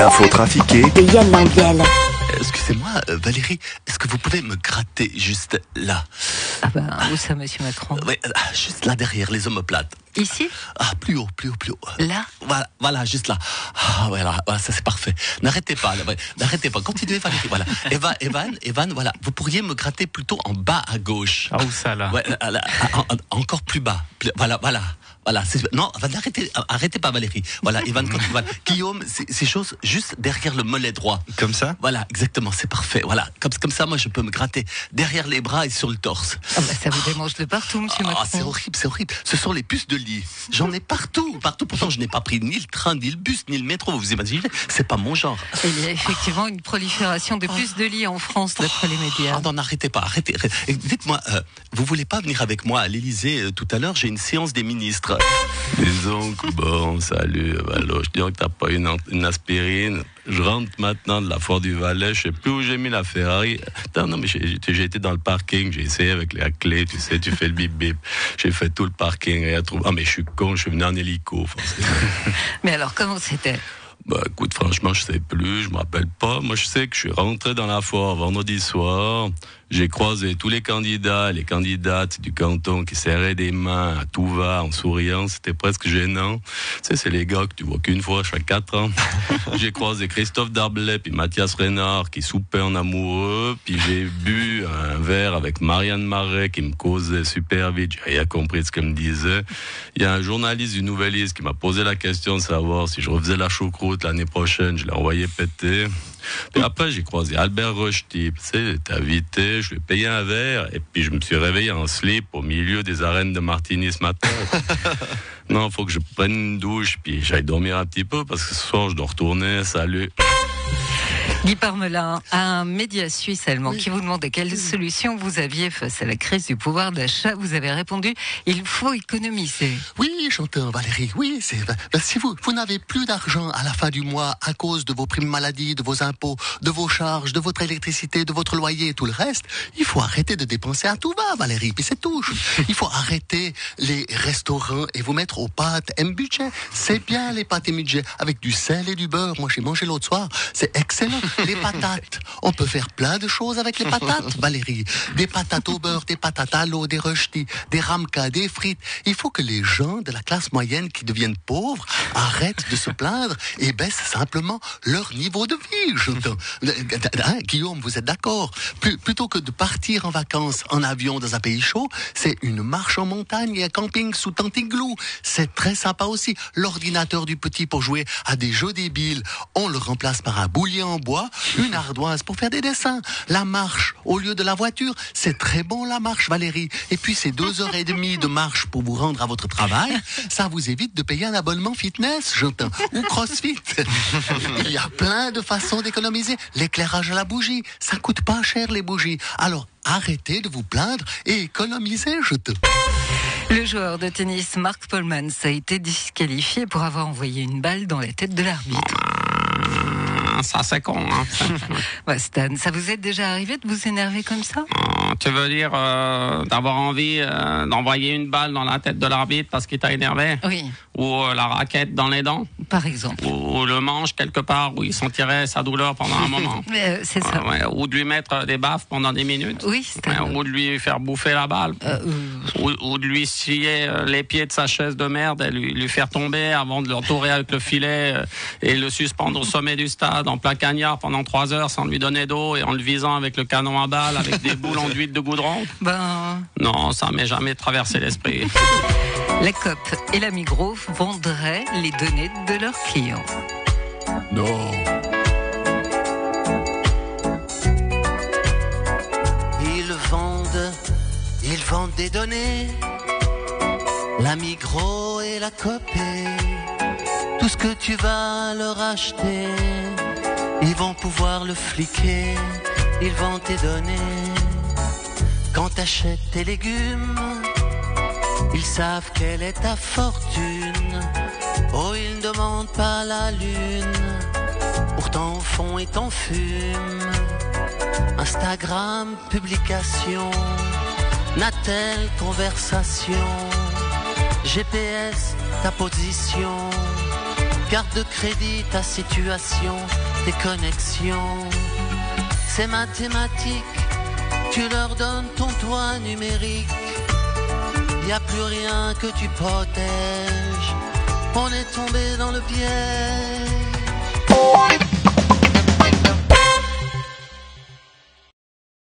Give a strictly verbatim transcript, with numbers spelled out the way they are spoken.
L'info trafiquée de Yann Lambiel. Excusez-moi, euh, Valérie, est-ce que vous pouvez me gratter juste là? Ah ben, où ça, monsieur Macron? Oui, euh, juste là derrière, les omoplates. Ici? Ah, plus haut, plus haut, plus haut. Là? Voilà, voilà, juste là. Ah, voilà, voilà, ça c'est parfait. N'arrêtez pas, là, ouais, n'arrêtez pas. Continuez, Valérie, voilà. Eva, Evan, Evan, voilà. Vous pourriez me gratter plutôt en bas à gauche. Ah, où ça, là? Ouais, là, là, en- en- encore plus bas. Plus- Voilà, voilà. Voilà, c'est, non, arrêtez, arrêtez pas, Valérie. Voilà, Evan, quand, voilà. Guillaume, c'est, ces choses juste derrière le mollet droit. comme ça. Voilà, exactement, c'est parfait. Voilà, comme, comme ça, moi, je peux me gratter derrière les bras et sur le torse. Ah ben, ça vous démange de partout, monsieur Ah, Macron. c'est horrible, c'est horrible. Ce sont les puces de lit. J'en ai partout, partout. Pourtant, je n'ai pas pris ni le train, ni le bus, ni le métro. Vous vous imaginez? C'est pas mon genre. Il y a effectivement une prolifération de puces de lit en France, d'après les médias. Ah non, n'arrêtez pas, arrêtez. arrêtez. Et dites-moi, euh, vous voulez pas venir avec moi à l'Élysée euh, tout à l'heure? J'ai une séance des ministres. Disons que bon, salut, Valo. Je dirais que t'as pas une, une aspirine. Je rentre maintenant de la foire du Valais. Je sais plus où j'ai mis la Ferrari. Attends, non, mais j'ai, j'ai été dans le parking. J'ai essayé avec la clé. Tu sais, tu fais le bip bip. J'ai fait tout le parking. Et à trouver... Ah, mais je suis con. Je suis venu en hélico. Mais alors, comment c'était? Bah écoute, franchement, je sais plus, je me rappelle pas. Moi, je sais que je suis rentré dans la foire vendredi soir. J'ai croisé tous les candidats et les candidates du canton qui serraient des mains à tout va, en souriant. C'était presque gênant. Tu sais, c'est les gars que tu vois qu'une fois chaque quatre ans. J'ai croisé Christophe Darblay puis Mathias Reynard qui soupaient en amoureux. Puis j'ai bu un verre avec Marianne Marais qui me causait super vite. J'ai rien compris de ce qu'elle me disait. Il y a un journaliste du Nouvelliste qui m'a posé la question de savoir si je refaisais la choucroute l'année prochaine. Je l'ai envoyé péter. Puis après, j'ai croisé Albert Rochety. Tu sais, il était invité, je lui ai payé un verre. Et puis, je me suis réveillé en slip au milieu des arènes de Martigny ce matin. Non, faut que je prenne une douche, puis j'aille dormir un petit peu, parce que ce soir, je dois retourner. Salut. Guy Parmelin, un média suisse allemand oui. qui vous demandait quelle solution vous aviez face à la crise du pouvoir d'achat. Vous avez répondu, il faut économiser. Oui, j'entends Valérie, oui, c'est, ben, si vous, vous n'avez plus d'argent à la fin du mois à cause de vos primes maladie, de vos impôts, de vos charges, de votre électricité, de votre loyer et tout le reste, il faut arrêter de dépenser à tout va, Valérie, puis c'est tout. Il faut arrêter les restaurants et vous mettre aux pâtes M budget. C'est bien les pâtes M budget, avec du sel et du beurre. Moi, j'ai mangé l'autre soir, c'est excellent. Les patates, on peut faire plein de choses avec les patates, Valérie. Des patates au beurre, des patates à l'eau, des rösti, des ramkas, des frites. Il faut que les gens de la classe moyenne qui deviennent pauvres arrêtent de se plaindre et baissent simplement leur niveau de vie. Je... Hein, Guillaume, vous êtes d'accord? Plus, Plutôt que de partir en vacances en avion dans un pays chaud, c'est une marche en montagne et un camping sous Tantiglou. C'est très sympa aussi. L'ordinateur du petit pour jouer à des jeux débiles, on le remplace par un boulier en bois, une ardoise pour faire des dessins. La marche au lieu de la voiture, c'est très bon la marche, Valérie. Et puis ces deux heures et demie de marche pour vous rendre à votre travail, ça vous évite de payer un abonnement fitness, j'entends, ou crossfit. Il y a plein de façons d'économiser. L'éclairage à la bougie, ça coûte pas cher les bougies. Alors arrêtez de vous plaindre et économisez, je te... Le joueur de tennis Marc Polmans a été disqualifié pour avoir envoyé une balle dans la tête de l'arbitre. Ça, c'est con. Hein. Ouais, Stan, ça vous est déjà arrivé de vous énerver comme ça? Tu veux dire euh, d'avoir envie euh, d'envoyer une balle dans la tête de l'arbitre parce qu'il t'a énervé? Oui. Ou euh, la raquette dans les dents? Par exemple. Ou, ou le manche quelque part où il sentirait sa douleur pendant un moment? euh, C'est ça. Euh, ouais. Ou de lui mettre des baffes pendant des minutes? Oui, Stan. Ouais, ou de lui faire bouffer la balle? Euh, euh... Ou, ou de lui scier les pieds de sa chaise de merde et lui, lui faire tomber avant de l'entourer avec le filet euh, et le suspendre au sommet du stade en plein cagnard pendant trois heures sans lui donner d'eau et en le visant avec le canon à balles avec des boules enduites de goudron? Ben... Non, ça m'est jamais traversé l'esprit. La Coop et la Migros vendraient les données de leurs clients. Non. Ils vendent, ils vendent des données. La Migros et la Coop, tout ce que tu vas leur acheter, ils vont pouvoir le fliquer, ils vont te donner. Quand t'achètes tes légumes, ils savent quelle est ta fortune. Oh, ils ne demandent pas la lune, pourtant au fond ils t'en fument. Instagram, publication, Natel, conversation, G P S, ta position. carte de crédit, ta situation, tes connexions. C'est mathématique, tu leur donnes ton toit numérique. Y a plus rien que tu protèges, on est tombé dans le piège.